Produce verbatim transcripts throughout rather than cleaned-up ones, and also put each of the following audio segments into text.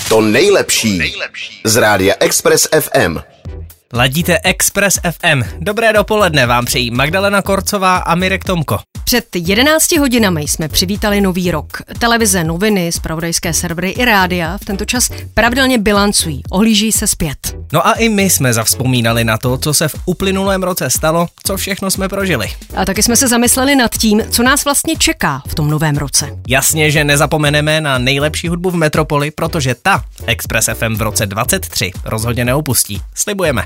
To nejlepší z rádia Express F M. Ladíte Express F M. Dobré dopoledne vám přejí Magdalena Korcová a Mirek Tomko. Před jedenácti hodinami jsme přivítali nový rok. Televize, noviny, zpravodajské servery i rádia v tento čas pravidelně bilancují, ohlíží se zpět. No a i my jsme zavzpomínali na to, co se v uplynulém roce stalo, co všechno jsme prožili. A taky jsme se zamysleli nad tím, co nás vlastně čeká v tom novém roce. Jasně, že nezapomeneme na nejlepší hudbu v metropoli, protože ta Express F M v roce dvacet tři rozhodně neopustí. Slibujeme.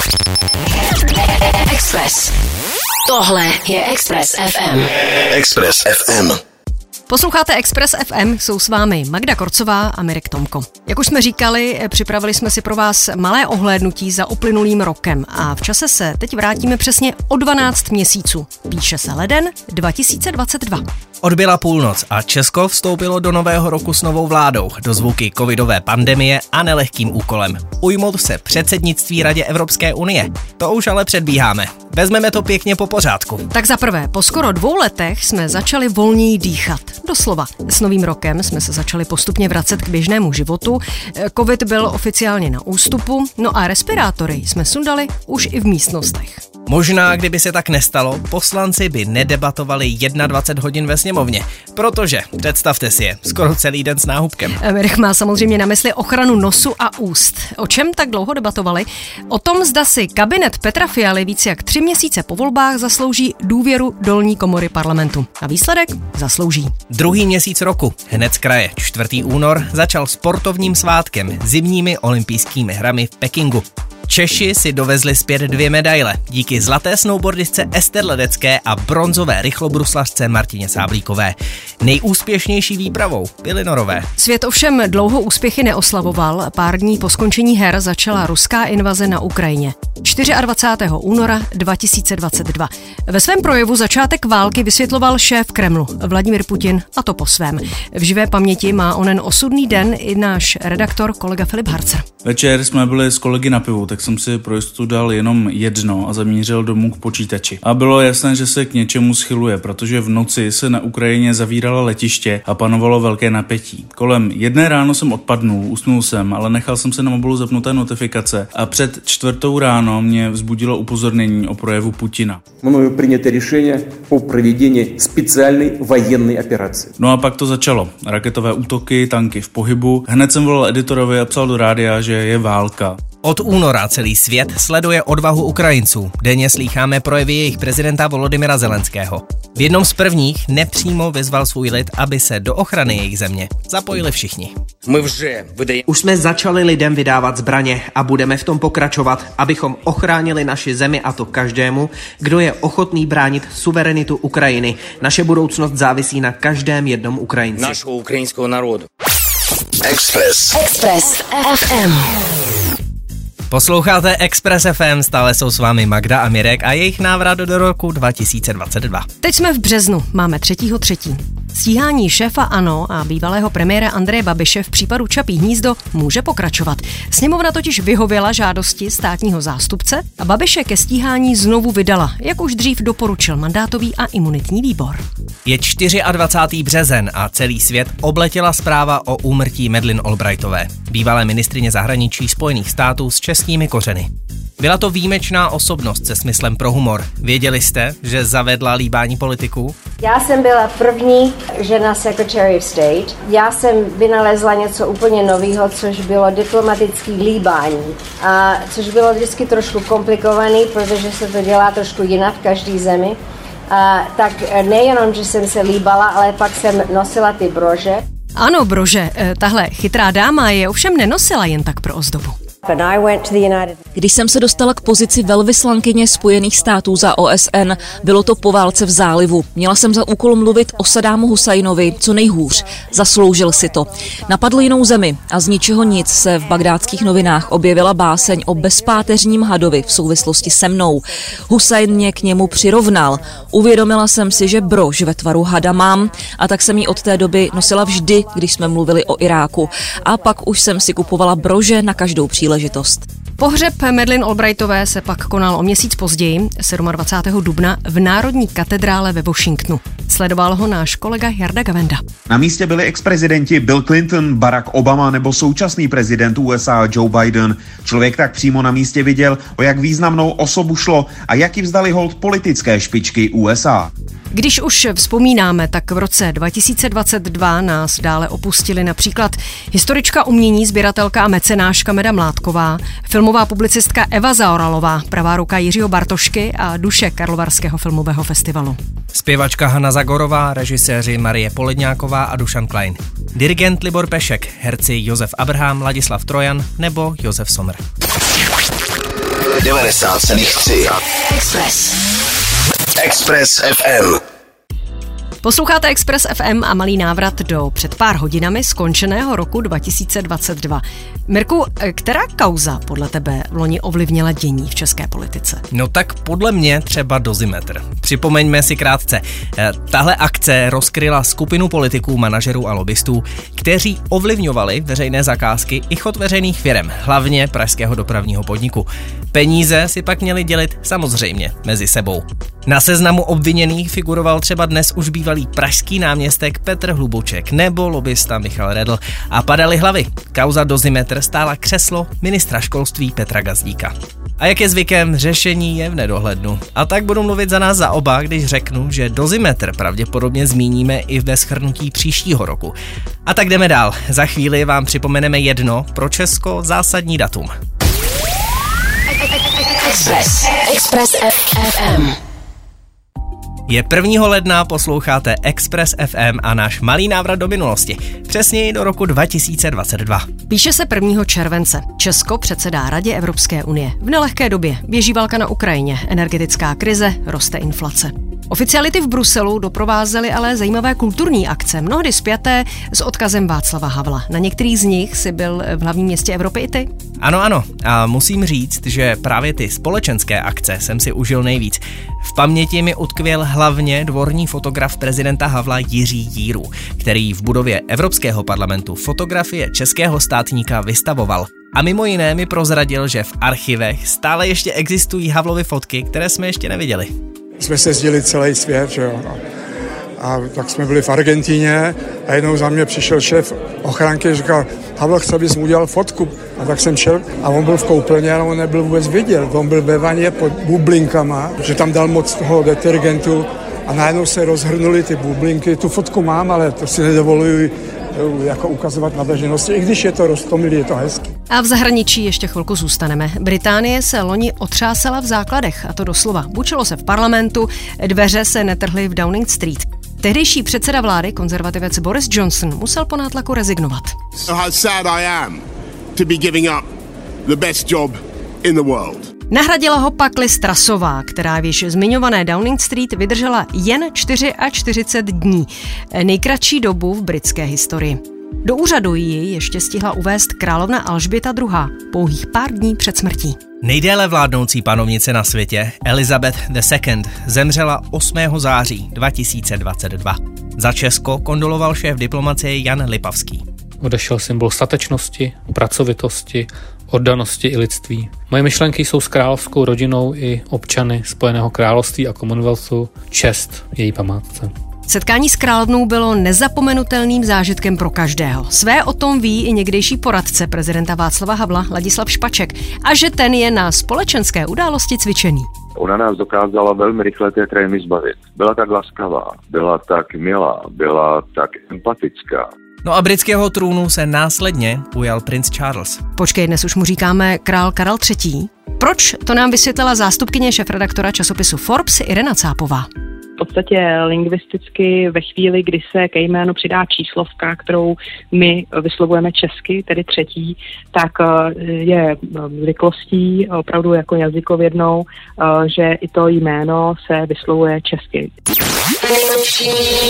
Express. Tohle je Express F M. Express F M. Posloucháte Express F M, jsou s vámi Magda Korcová a Mirek Tomko. Jak už jsme říkali, připravili jsme si pro vás malé ohlédnutí za uplynulým rokem a v čase se teď vrátíme přesně o dvanáct měsíců. Píše se leden dva tisíce dvacet dva. Odbyla půlnoc a Česko vstoupilo do nového roku s novou vládou, do zvuky covidové pandemie a nelehkým úkolem. Ujmout se předsednictví Radě Evropské unie. To už ale předbíháme. Vezmeme to pěkně po pořádku. Tak za prvé, po skoro dvou letech jsme začali volněji dýchat. Doslova. S novým rokem jsme se začali postupně vracet k běžnému životu. Covid byl oficiálně na ústupu, no a respirátory jsme sundali už i v místnostech. Možná, kdyby se tak nestalo, poslanci by nedebatovali dvacet jedna hodin ve sněmovně, protože, představte si je, skoro celý den s náhubkem. Mirek má samozřejmě na mysli ochranu nosu a úst. O čem tak dlouho debatovali? O tom, zda si kabinet Petra Fialy víc jak tři měsíce po volbách zaslouží důvěru dolní komory parlamentu. A výsledek zaslouží. Druhý měsíc roku, hned z kraje, čtvrtý únor, začal sportovním svátkem, zimními olympijskými hrami v Pekingu. Češi si dovezli zpět dvě medaile díky zlaté snowboardistce Ester Ledecké a bronzové rychlobruslařce Martině Sáblíkové. Nejúspěšnější výpravou byly Norové. Svět ovšem dlouho úspěchy neoslavoval. Pár dní po skončení her začala ruská invaze na Ukrajině. dvacátého čtvrtého února dva tisíce dvacet dva. Ve svém projevu začátek války vysvětloval šéf Kremlu Vladimír Putin, a to po svém. V živé paměti má onen osudný den i náš redaktor kolega Filip Harcer. Večer jsme byli s kolegy na pivu, tak jsem si pro jistotu dal jenom jedno a zamířil domů k počítači. A bylo jasné, že se k něčemu schyluje, protože v noci se na Ukrajině zavírala letiště a panovalo velké napětí. Kolem jedné ráno jsem odpadnul, usnul jsem, ale nechal jsem se na mobilu zapnuté notifikace a před čtvrtou ráno mě vzbudilo upozornění o projevu Putina. Мною принято решение о проведении специальной военной операции. No a pak to začalo. Raketové útoky, tanky v pohybu. Hned jsem volal editorovi a psal do rádia, že je válka. Od února celý svět sleduje odvahu Ukrajinců. Denně slýcháme projevy jejich prezidenta Volodymyra Zelenského. V jednom z prvních nepřímo vyzval svůj lid, aby se do ochrany jejich země zapojili všichni. Už jsme začali lidem vydávat zbraně a budeme v tom pokračovat, abychom ochránili naši zemi, a to každému, kdo je ochotný bránit suverenitu Ukrajiny. Naše budoucnost závisí na každém jednom Ukrajinci. Našeho ukrajinského národa. Express. Express F M. Posloucháte Express F M, stále jsou s vámi Magda a Mirek a jejich návrat do roku dva tisíce dvacet dva. Teď jsme v březnu, máme třetího třetího Stíhání šéfa ANO a bývalého premiéra Andreje Babiše v případu Čapí hnízdo může pokračovat. Sněmovna totiž vyhověla žádosti státního zástupce a Babiše ke stíhání znovu vydala, jak už dřív doporučil mandátový a imunitní výbor. Je dvacátého čtvrtého březen a celý svět obletěla zpráva o úmrtí Madeleine Albrightové, bývalé ministryně zahraničí Spojených států s českými kořeny. Byla to výjimečná osobnost se smyslem pro humor. Věděli jste, že zavedla líbání politiků? Já jsem byla první žena Secretary of State. Já jsem vynalezla něco úplně nového, což bylo diplomatické líbání. A což bylo vždycky trošku komplikovaný, protože se to dělá trošku jinak v každé zemi. A tak nejenom, že jsem se líbala, ale pak jsem nosila ty brože. Ano, brože. Tahle chytrá dáma je ovšem nenosila jen tak pro ozdobu. Když jsem se dostala k pozici velvyslankyně Spojených států za O S N, bylo to po válce v zálivu. Měla jsem za úkol mluvit o Saddámu Husajnovi co nejhůř. Zasloužil si to. Napadl jinou zemi a z ničeho nic se v bagdátských novinách objevila báseň o bezpáteřním hadovi v souvislosti se mnou. Husajn mě k němu přirovnal. Uvědomila jsem si, že brož ve tvaru hada mám, a tak jsem ji od té doby nosila vždy, když jsme mluvili o Iráku. A pak už jsem si kupovala brože na každou příležitost. Pohřeb Madeleine Albrightové se pak konal o měsíc později, dvacátého sedmého dubna, v Národní katedrále ve Washingtonu. Sledoval ho náš kolega Jarda Gavenda. Na místě byli ex-prezidenti Bill Clinton, Barack Obama nebo současný prezident U S A Joe Biden. Člověk tak přímo na místě viděl, o jak významnou osobu šlo a jaký vzdali hold politické špičky U S A. Když už vzpomínáme, tak v roce dva tisíce dvacet dva nás dále opustili například historička umění, sběratelka a mecenáška Meda Mládková, filmová publicistka Eva Zaoralová, pravá ruka Jiřího Bartošky a duše Karlovarského filmového festivalu. Zpěvačka Hana Zagorová, režiséři Marie Poledňáková a Dušan Klein. Dirigent Libor Pešek, herci Josef Abrham, Ladislav Trojan nebo Josef Sommer. devadesát celá tři Express. Express F M. Posloucháte Express F M a malý návrat do před pár hodinami skončeného roku dva tisíce dvacet dva. Mirku, která kauza podle tebe loni ovlivnila dění v české politice? No tak podle mě třeba Dozimetr. Připomeňme si krátce. Tahle akce rozkryla skupinu politiků, manažerů a lobbystů, kteří ovlivňovali veřejné zakázky i chod veřejných firem, hlavně pražského dopravního podniku. Peníze si pak měli dělit samozřejmě mezi sebou. Na seznamu obviněných figuroval třeba dnes už bývalý pražský náměstek Petr Hlubuček nebo lobbysta Michal Redl a padaly hlavy. Kauza Dozimetr stála křeslo ministra školství Petra Gazdíka. A jak je zvykem, řešení je v nedohlednu. A tak budu mluvit za nás za oba, když řeknu, že Dozimetr pravděpodobně zmíníme i ve shrnutí příštího roku. A tak jdeme dál. Za chvíli vám připomeneme jedno pro Česko zásadní datum. Express. Express F M. Je prvního ledna, posloucháte Express F M a náš malý návrat do minulosti, přesněji do roku dva tisíce dvacet dva. Píše se prvního července. Česko předsedá Radě Evropské unie. V nelehké době běží válka na Ukrajině, energetická krize, roste inflace. Oficiality v Bruselu doprovázely ale zajímavé kulturní akce, mnohdy spjaté s odkazem Václava Havla. Na některých z nich si byl v hlavním městě Evropy i ty? Ano, ano. A musím říct, že právě ty společenské akce jsem si užil nejvíc. V paměti mi utkvěl hlavně dvorní fotograf prezidenta Havla Jiří Jíru, který v budově Evropského parlamentu fotografie českého státníka vystavoval. A mimo jiné mi prozradil, že v archivech stále ještě existují Havlovy fotky, které jsme ještě neviděli. Jsme se jezdili celý svět, že jo. A tak jsme byli v Argentíně a jednou za mě přišel šéf ochranky a říkal, Havlo, chce bys mu udělal fotku. A tak jsem šel a on byl v koupelně, ale on nebyl vůbec vidět. On byl ve vaně pod bublinkama, že tam dal moc toho detergentu a najednou se rozhrnuly ty bublinky. Tu fotku mám, ale to si nedovoluji jako ukazovat na veřejnosti, i když je to roztomilý, je to hezký. A v zahraničí ještě chvilku zůstaneme. Británie se loni otřásala v základech, a to doslova. Bučilo se v parlamentu, dveře se netrhly v Downing Street. Tehdejší předseda vlády, konzervativec Boris Johnson, musel po nátlaku rezignovat. How sad I am to be giving up the best job in the world. Nahradila ho pak Liz Trussová, která v již zmiňované Downing Street vydržela jen čtyřicet čtyři dní, nejkratší dobu v britské historii. Do úřadu ji ještě stihla uvést královna Alžběta druhá. pouhých pár dní před smrtí. Nejdéle vládnoucí panovnice na světě, Elizabeth the second, zemřela osmého září dva tisíce dvacet dva. Za Česko kondoloval šéf diplomacie Jan Lipavský. Odešel symbol statečnosti, pracovitosti, oddanosti i lidství. Moje myšlenky jsou s královskou rodinou i občany Spojeného království a Commonwealthu. Čest její památce. Setkání s královnou bylo nezapomenutelným zážitkem pro každého. Své o tom ví i někdejší poradce prezidenta Václava Havla Ladislav Špaček a že ten je na společenské události cvičený. Ona nás dokázala velmi rychle té trémy zbavit. Byla tak laskavá, byla tak milá, byla tak empatická. No a britského trůnu se následně ujal princ Charles. Počkej, dnes už mu říkáme král Karel třetí. Proč? To nám vysvětlila zástupkyně šéfredaktora časopisu Forbes Irena Cápová. V podstatě lingvisticky ve chvíli, kdy se ke jménu přidá číslovka, kterou my vyslovujeme česky, tedy třetí, tak je zvyklostí opravdu jako jazykovědnou, že i to jméno se vyslovuje česky. Nejlepší,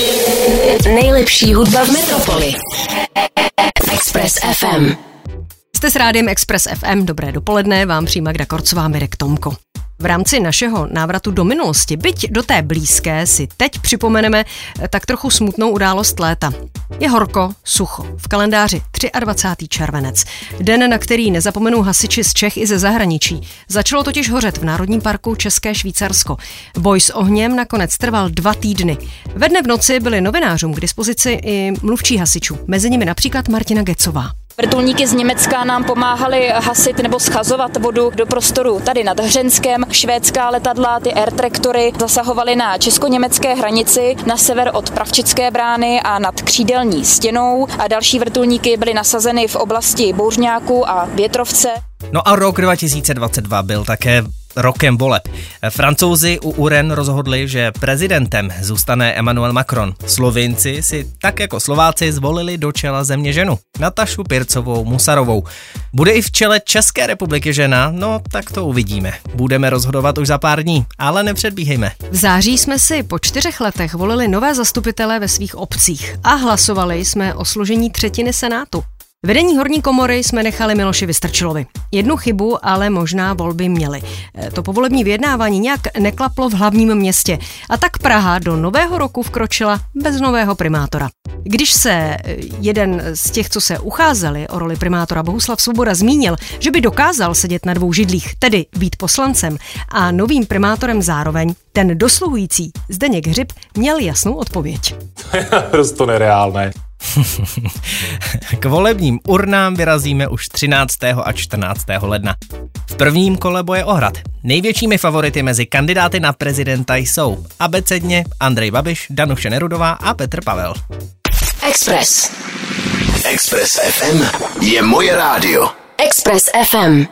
nejlepší hudba v metropoli. Express F M. Jste s rádiem Express F M, dobré dopoledne, vám přijímá Magda Korcová, Mirek Tomko. V rámci našeho návratu do minulosti, byť do té blízké, si teď připomeneme tak trochu smutnou událost léta. Je horko, sucho. V kalendáři dvacátého třetího červenec. Den, na který nezapomenou hasiči z Čech i ze zahraničí. Začalo totiž hořet v Národním parku České Švýcarsko. Boj s ohněm nakonec trval dva týdny. Ve dne v noci byli novinářům k dispozici i mluvčí hasičů. Mezi nimi například Martina Gecová. Vrtulníky z Německa nám pomáhaly hasit nebo schazovat vodu do prostoru tady nad Hřenskem. Švédská letadla, ty air traktory, zasahovaly na česko-německé hranici, na sever od Pravčické brány a nad Křídelní stěnou. A další vrtulníky byly nasazeny v oblasti Bouřňáku a Větrovce. No a rok dva tisíce dvacet dva byl také rokem voleb. Francouzi u uren rozhodli, že prezidentem zůstane Emmanuel Macron. Slovinci si tak jako Slováci zvolili do čela země ženu, Natašu Pircovou Musarovou. Bude i v čele České republiky žena? No tak to uvidíme. Budeme rozhodovat už za pár dní, ale nepředbíhejme. V září jsme si po čtyřech letech volili nové zastupitele ve svých obcích a hlasovali jsme o složení třetiny senátu. Vedení horní komory jsme nechali Miloši Vystrčilovi. Jednu chybu, ale možná volby měli. To povolební vyjednávání nějak neklaplo v hlavním městě a tak Praha do nového roku vkročila bez nového primátora. Když se jeden z těch, co se ucházeli o roli primátora, Bohuslav Svoboda, zmínil, že by dokázal sedět na dvou židlích, tedy být poslancem a novým primátorem zároveň, ten dosluhující Zdeněk Hřib měl jasnou odpověď. To je naprosto nereálné. K volebním urnám vyrazíme už třináctého a čtrnáctého ledna. V prvním kole boje o Hrad. Největšími favority mezi kandidáty na prezidenta jsou abecedně Andrej Babiš, Danuše Nerudová a Petr Pavel. Express. Express F M je moje rádio. Express F M.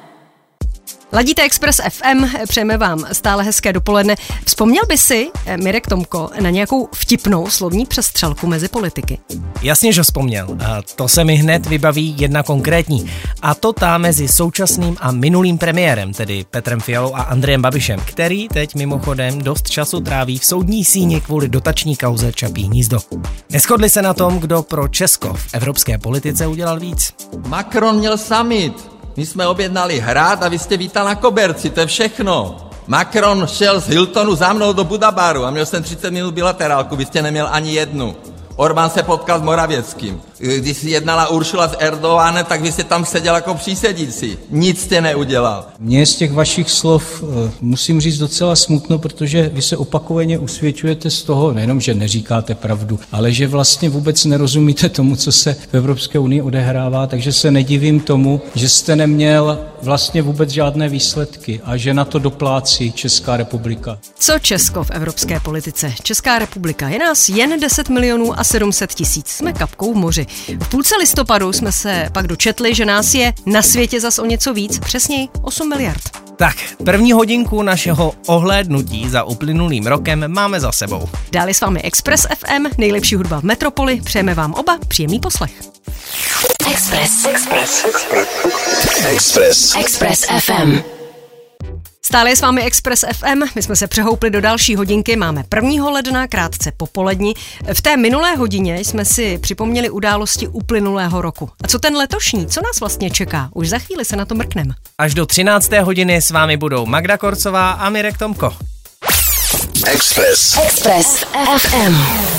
Ladíte Express F M, přejeme vám stále hezké dopoledne. Vzpomněl by si, Mirek Tomko, na nějakou vtipnou slovní přestřelku mezi politiky? Jasně, že vzpomněl. A to se mi hned vybaví jedna konkrétní. A to ta mezi současným a minulým premiérem, tedy Petrem Fialou a Andrejem Babišem, který teď mimochodem dost času tráví v soudní síni kvůli dotační kauze Čapí hnízdo. Neshodli se na tom, kdo pro Česko v evropské politice udělal víc. Macron měl summit. My jsme objednali Hrad a vy jste vítal na koberci, to je všechno. Macron šel z Hiltonu za mnou do Budabaru a měl jsem třicet minut bilaterálku, vy jste neměl ani jednu. Orbán se potkal s Moravieckým. Když si jednala Uršula s Erdoganem, tak vy jste tam seděl jako přísedící. Nic jste neudělal. Mně z těch vašich slov musím říct docela smutno, protože vy se opakovaně usvědčujete z toho, nejenom, že neříkáte pravdu, ale že vlastně vůbec nerozumíte tomu, co se v Evropské unii odehrává, takže se nedivím tomu, že jste neměl vlastně vůbec žádné výsledky a že na to doplácí Česká republika. Co Česko v evropské politice? Česká republika. Je nás jen deset milionů a sedm set tisíc. Jsme kapkou v moři. V půlce listopadu jsme se pak dočetli, že nás je na světě zas o něco víc, přesněji osm miliard. Tak, první hodinku našeho ohlédnutí za uplynulým rokem máme za sebou. Dále s vámi Express F M, nejlepší hudba v metropoli. Přejeme vám oba příjemný poslech. Express. Express. Express. Express. Express F M. Stále je s vámi Express F M, my jsme se přehoupli do další hodinky, máme prvního ledna, krátce popolední. V té minulé hodině jsme si připomněli události uplynulého roku. A co ten letošní, co nás vlastně čeká? Už za chvíli se na to mrkneme. Až do třinácté hodiny s vámi budou Magda Korcová a Mirek Tomko. Express. Express F M.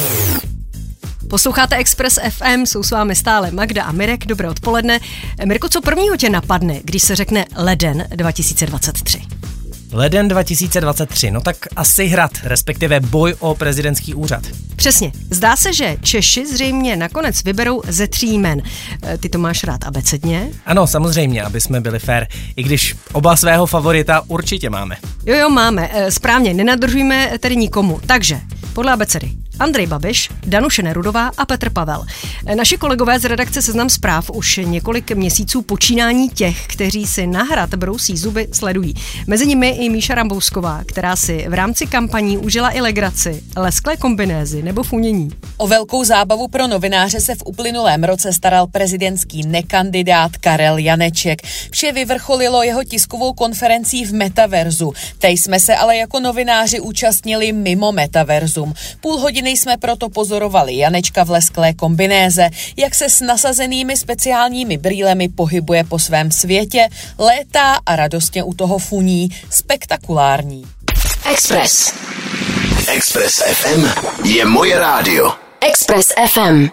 Posloucháte Express F M, jsou s vámi stále Magda a Mirek, dobré odpoledne. Mirko, co prvního tě napadne, když se řekne leden dva tisíce dvacet tři? Leden dva tisíce dvacet tři, no tak asi Hrad, respektive boj o prezidentský úřad. Přesně. Zdá se, že Češi zřejmě nakonec vyberou ze tří jmen. Ty to máš rád abecedně? Ano, samozřejmě, aby jsme byli fair, i když oba svého favorita určitě máme. Jo, jo, máme. Správně, nenadržujeme tedy nikomu. Takže, podle abecedy. Andrej Babiš, Danuše Nerudová a Petr Pavel. Naši kolegové z redakce Seznam zpráv už několik měsíců počínání těch, kteří si na Hrad brousí zuby, sledují. Mezi nimi i Míša Rambousková, která si v rámci kampaní užila i legraci, lesklé kombinézy nebo funění. O velkou zábavu pro novináře se v uplynulém roce staral prezidentský nekandidát Karel Janeček. Vše vyvrcholilo jeho tiskovou konferencí v metaverzu. Tej jsme se ale jako novináři účastnili mimo metaverzum. Půl hodiny hodiny jsme proto pozorovali Janečka v lesklé kombinéze, jak se s nasazenými speciálními brýlemi pohybuje po svém světě, létá a radostně u toho funí. Spektakulární. Express. Express F M je moje rádio. Express F M.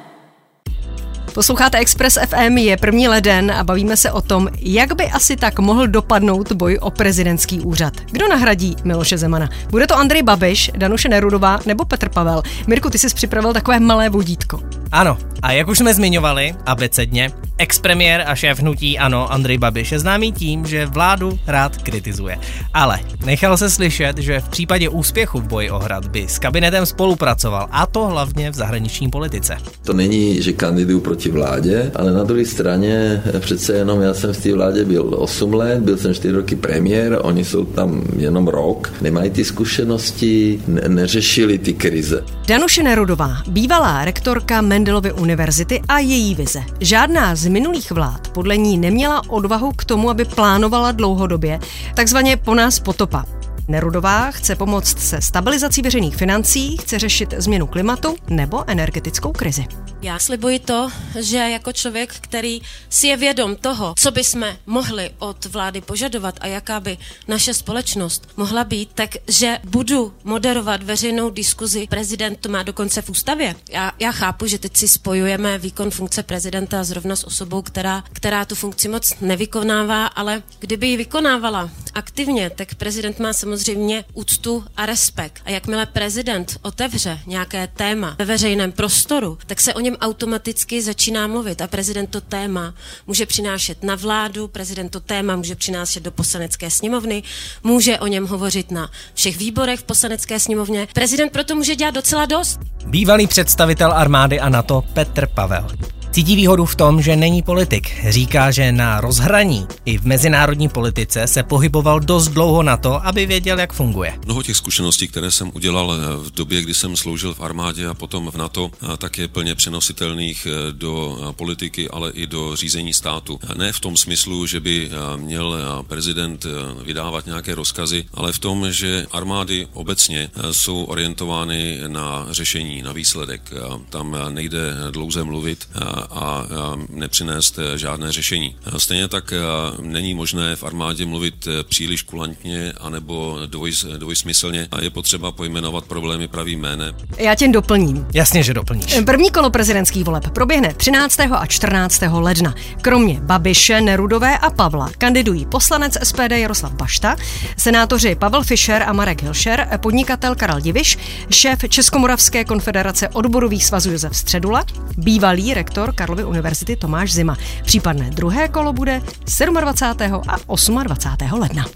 Posloucháte Express F M, je první leden a bavíme se o tom, jak by asi tak mohl dopadnout boj o prezidentský úřad. Kdo nahradí Miloše Zemana? Bude to Andrej Babiš, Danuše Nerudová nebo Petr Pavel? Mirku, ty jsi připravil takové malé vodítko. Ano, a jak už jsme zmiňovali, abecedně, expremiér a šéf hnutí ANO Andrej Babiš je známý tím, že vládu rád kritizuje. Ale nechal se slyšet, že v případě úspěchu v boji o hrad by s kabinetem spolupracoval, a to hlavně v zahraniční politice. To není, že kandiduju proti vládě, ale na druhé straně přece jenom já jsem v té vládě byl osm let, byl jsem čtyři roky premiér, oni jsou tam jenom rok, nemají ty zkušenosti, ne- neřešili ty krize. Danuše Nerudová, bývalá rektorka Mendelovy univerzity a její vize. Žádná z minulých vlád podle ní neměla odvahu k tomu, aby plánovala dlouhodobě, takzvaně po nás potopa. Nerudová chce pomoct se stabilizací veřejných financí, chce řešit změnu klimatu nebo energetickou krizi. Já slibuji to, že jako člověk, který si je vědom toho, co bychom mohli od vlády požadovat a jaká by naše společnost mohla být, takže budu moderovat veřejnou diskuzi. Prezident to má dokonce v ústavě. Já, já chápu, že teď si spojujeme výkon funkce prezidenta zrovna s osobou, která, která tu funkci moc nevykonává, ale kdyby ji vykonávala aktivně, tak prezident má samozřejmě úctu a respekt. A jakmile prezident otevře nějaké téma ve veřejném prostoru, tak se o něm automaticky začíná mluvit a prezident to téma může přinášet na vládu, prezident to téma může přinášet do poslanecké sněmovny, může o něm hovořit na všech výborech v poslanecké sněmovně. Prezident proto může dělat docela dost. Bývalý představitel armády a NATO Petr Pavel cítí výhodu v tom, že není politik. Říká, že na rozhraní i v mezinárodní politice se pohyboval dost dlouho na to, aby věděl, jak funguje. Mnoho těch zkušeností, které jsem udělal v době, kdy jsem sloužil v armádě a potom v NATO, tak je plně přenositelných do politiky, ale i do řízení státu. Ne v tom smyslu, že by měl prezident vydávat nějaké rozkazy, ale v tom, že armády obecně jsou orientovány na řešení, na výsledek. Tam nejde dlouze mluvit a nepřinést žádné řešení. Stejně tak není možné v armádě mluvit příliš kulantně anebo dvoj, dvojsmyslně a je potřeba pojmenovat problémy pravým jménem. Já tě doplním. Jasně, že doplníš. První kolo prezidentských voleb proběhne třináctého a čtrnáctého ledna. Kromě Babiše, Nerudové a Pavla kandidují poslanec S P D Jaroslav Bašta, senátoři Pavel Fischer a Marek Hilšer, podnikatel Karel Diviš, šéf Českomoravské konfederace odborových svazů Josef Středula, bývalý rektor Karlovy univerzity Tomáš Zima. Případné druhé kolo bude dvacátého sedmého a dvacátého osmého ledna.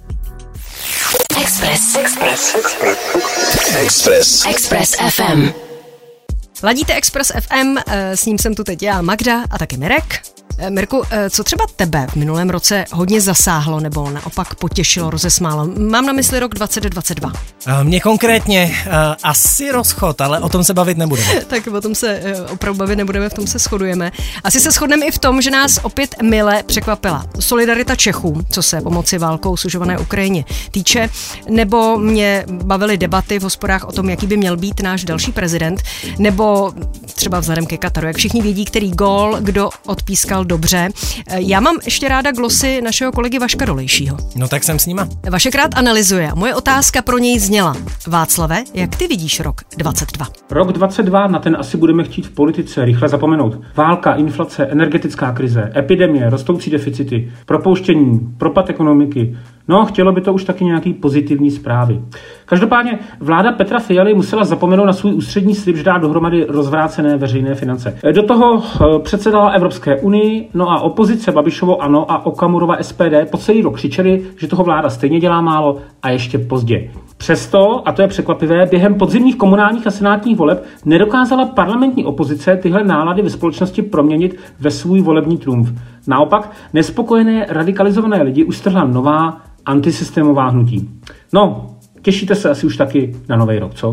Express. Express. Express. Express F M. Ladíte Express F M, s ním jsem tu teď já, Magda a taky Mirek. Mirku, co třeba tebe v minulém roce hodně zasáhlo nebo naopak potěšilo, rozesmálo? Mám na mysli rok dvacet dvacet dva. Mě konkrétně uh, asi rozchod, ale o tom se bavit nebudeme. Tak o tom se uh, opravdu bavit nebudeme, v tom se shodujeme. Asi se shodneme i v tom, že nás opět mile překvapila solidarita Čechů, co se pomoci válkou sužované Ukrajině týče, nebo mě bavily debaty v hospodách o tom, jaký by měl být náš další prezident, nebo třeba vzhledem ke Kataru, jak všichni vědí, který gól, kdo odpískal dobře. Já mám ještě ráda glosy našeho kolegy Vaška Dolejšího. No tak jsem s nima. Vašek rád analyzuje a moje otázka pro něj zněla: Václave, jak ty vidíš rok dvacet dva? Rok dvacet dva, na ten asi budeme chtít v politice rychle zapomenout. Válka, inflace, energetická krize, epidemie, rostoucí deficity, propouštění, propad ekonomiky. No, chtělo by to už taky nějaký pozitivní zprávy. Každopádně vláda Petra Fialy musela zapomenout na svůj ústřední slib, že dá dohromady rozvrácené veřejné finance. Do toho předsedala Evropské unii, no a opozice Babišovo ANO a Okamurova S P D po celý rok křičeli, že toho vláda stejně dělá málo a ještě pozdě. Přesto, a to je překvapivé, během podzimních komunálních a senátních voleb nedokázala parlamentní opozice tyhle nálady ve společnosti proměnit ve svůj volební trumf. Naopak, nespokojené radikalizované lidi už strhla nová antisystémová hnutí. No, těšíte se asi už taky na nový rok, co?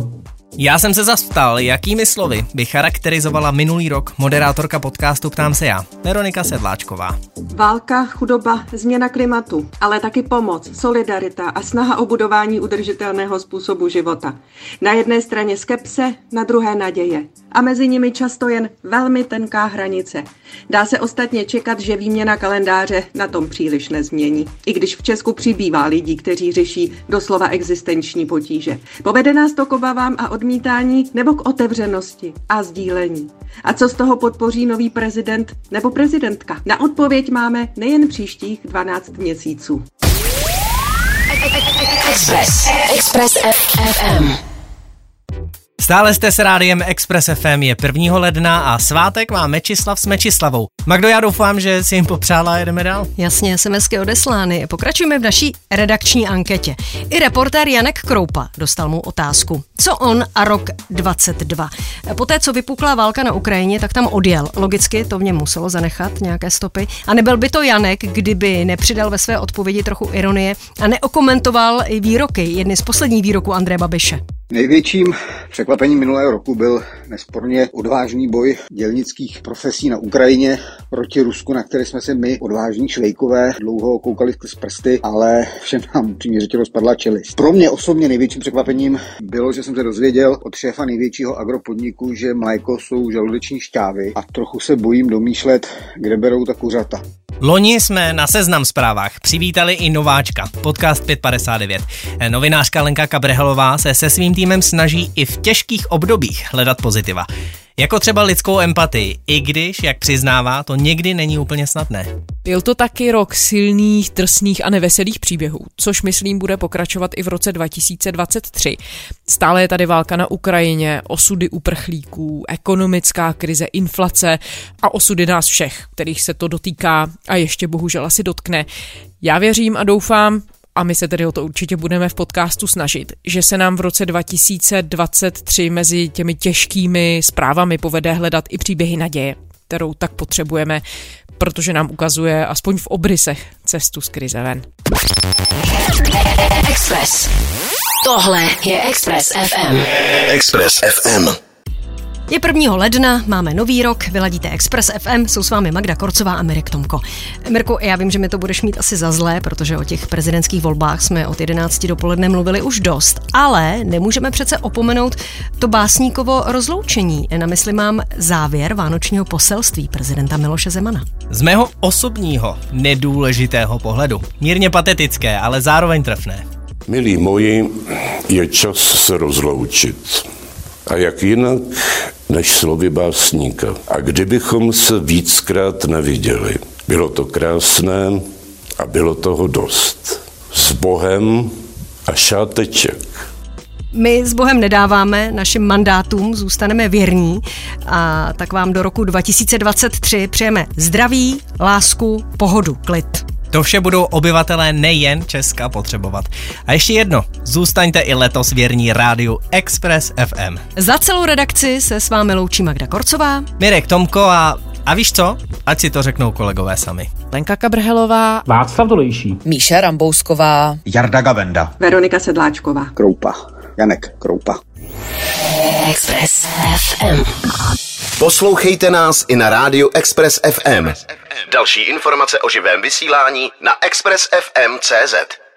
Já jsem se zastal, jakými slovy by charakterizovala minulý rok moderátorka podcastu Ptám se já, Veronika Sedláčková. Válka, chudoba, změna klimatu, ale taky pomoc, solidarita a snaha o budování udržitelného způsobu života. Na jedné straně skepse, na druhé naděje. A mezi nimi často jen velmi tenká hranice. Dá se ostatně čekat, že výměna kalendáře na tom příliš nezmění. I když v Česku přibývá lidí, kteří řeší doslova existenční potíže. Povede nás to k obavám a odmítání nebo k otevřenosti a sdílení. A co z toho podpoří nový prezident nebo prezidentka? Na odpověď máme nejen příštích dvanáct měsíců. Express. Express F M. Stále jste s rádiem Express F M, je prvního ledna a svátek má Mečislav s Mečislavou. Magdo, já doufám, že si jim popřála a jedeme dál. Jasně, SMSky odeslány. Pokračujeme v naší redakční anketě. I reportér Janek Kroupa dostal mu otázku. Co on a rok dvacet dva? Poté, co vypukla válka na Ukrajině, tak tam odjel. Logicky to v něm muselo zanechat nějaké stopy. A nebyl by to Janek, kdyby nepřidal ve své odpovědi trochu ironie a neokomentoval i výroky, jedny z posledních výroků Andreje Babiše. Největším překvapením minulého roku byl nesporně odvážný boj dělnických profesí na Ukrajině proti Rusku, na které jsme se my, odvážní švejkové, dlouho koukali skrz prsty, ale všem nám upřímně řečeno spadla čelist. Pro mě osobně největším překvapením bylo, že jsem se dozvěděl od šéfa největšího agropodniku, že mléko jsou žaludeční šťávy a trochu se bojím domýšlet, kde berou ta kuřata. Loni jsme na Seznam Zprávách přivítali i nováčka, podcast pět padesát devět. Novinářka Lenka Kabrhelová se se svým týmem snaží i v těžkých obdobích hledat pozitiva. Jako třeba lidskou empatii, i když, jak přiznává, to někdy není úplně snadné. Byl to taky rok silných, drsných a neveselých příběhů, což myslím bude pokračovat i v roce dva tisíce dvacet tři. Stále je tady válka na Ukrajině, osudy uprchlíků, ekonomická krize, inflace a osudy nás všech, kterých se to dotýká a ještě bohužel asi dotkne. Já věřím a doufám, a my se tedy o to určitě budeme v podcastu snažit, že se nám v roce dva tisíce dvacet tři mezi těmi těžkými zprávami povede hledat i příběhy naděje, kterou tak potřebujeme, protože nám ukazuje aspoň v obrysech cestu z krize ven. Express. Tohle je Express F M. Express F M. Je prvního ledna, máme nový rok, vyladíte Express F M, jsou s vámi Magda Korcová a Mirek Tomko. Mirku, já vím, že mi to budeš mít asi za zlé, protože o těch prezidentských volbách jsme od jedenácti dopoledne mluvili už dost, ale nemůžeme přece opomenout to básníkovo rozloučení. Na mysli mám závěr vánočního poselství prezidenta Miloše Zemana. Z mého osobního, nedůležitého pohledu, mírně patetické, ale zároveň trefné. Milí moji, je čas se rozloučit. A jak jinak než slovy básníka. A kdybychom se víckrát neviděli. Bylo to krásné a bylo toho dost. S Bohem a šáteček. My s Bohem nedáváme, našim mandátům zůstaneme věrní a tak vám do roku dva tisíce dvacet tři přejeme zdraví, lásku, pohodu, klid. To vše budou obyvatelé nejen Česka potřebovat. A ještě jedno, zůstaňte i letos věrní rádiu Express F M. Za celou redakci se s vámi loučí Magda Korcová, Mirek Tomko a, a víš co? Ať si to řeknou kolegové sami. Lenka Kabrhelová, Václav Dolejší, Míša Rambousková, Jarda Gavenda, Veronika Sedláčková, Kroupa, Janek Kroupa. Express F M. Poslouchejte nás i na rádiu Express F M. Další informace o živém vysílání na express f m tečka cé zet.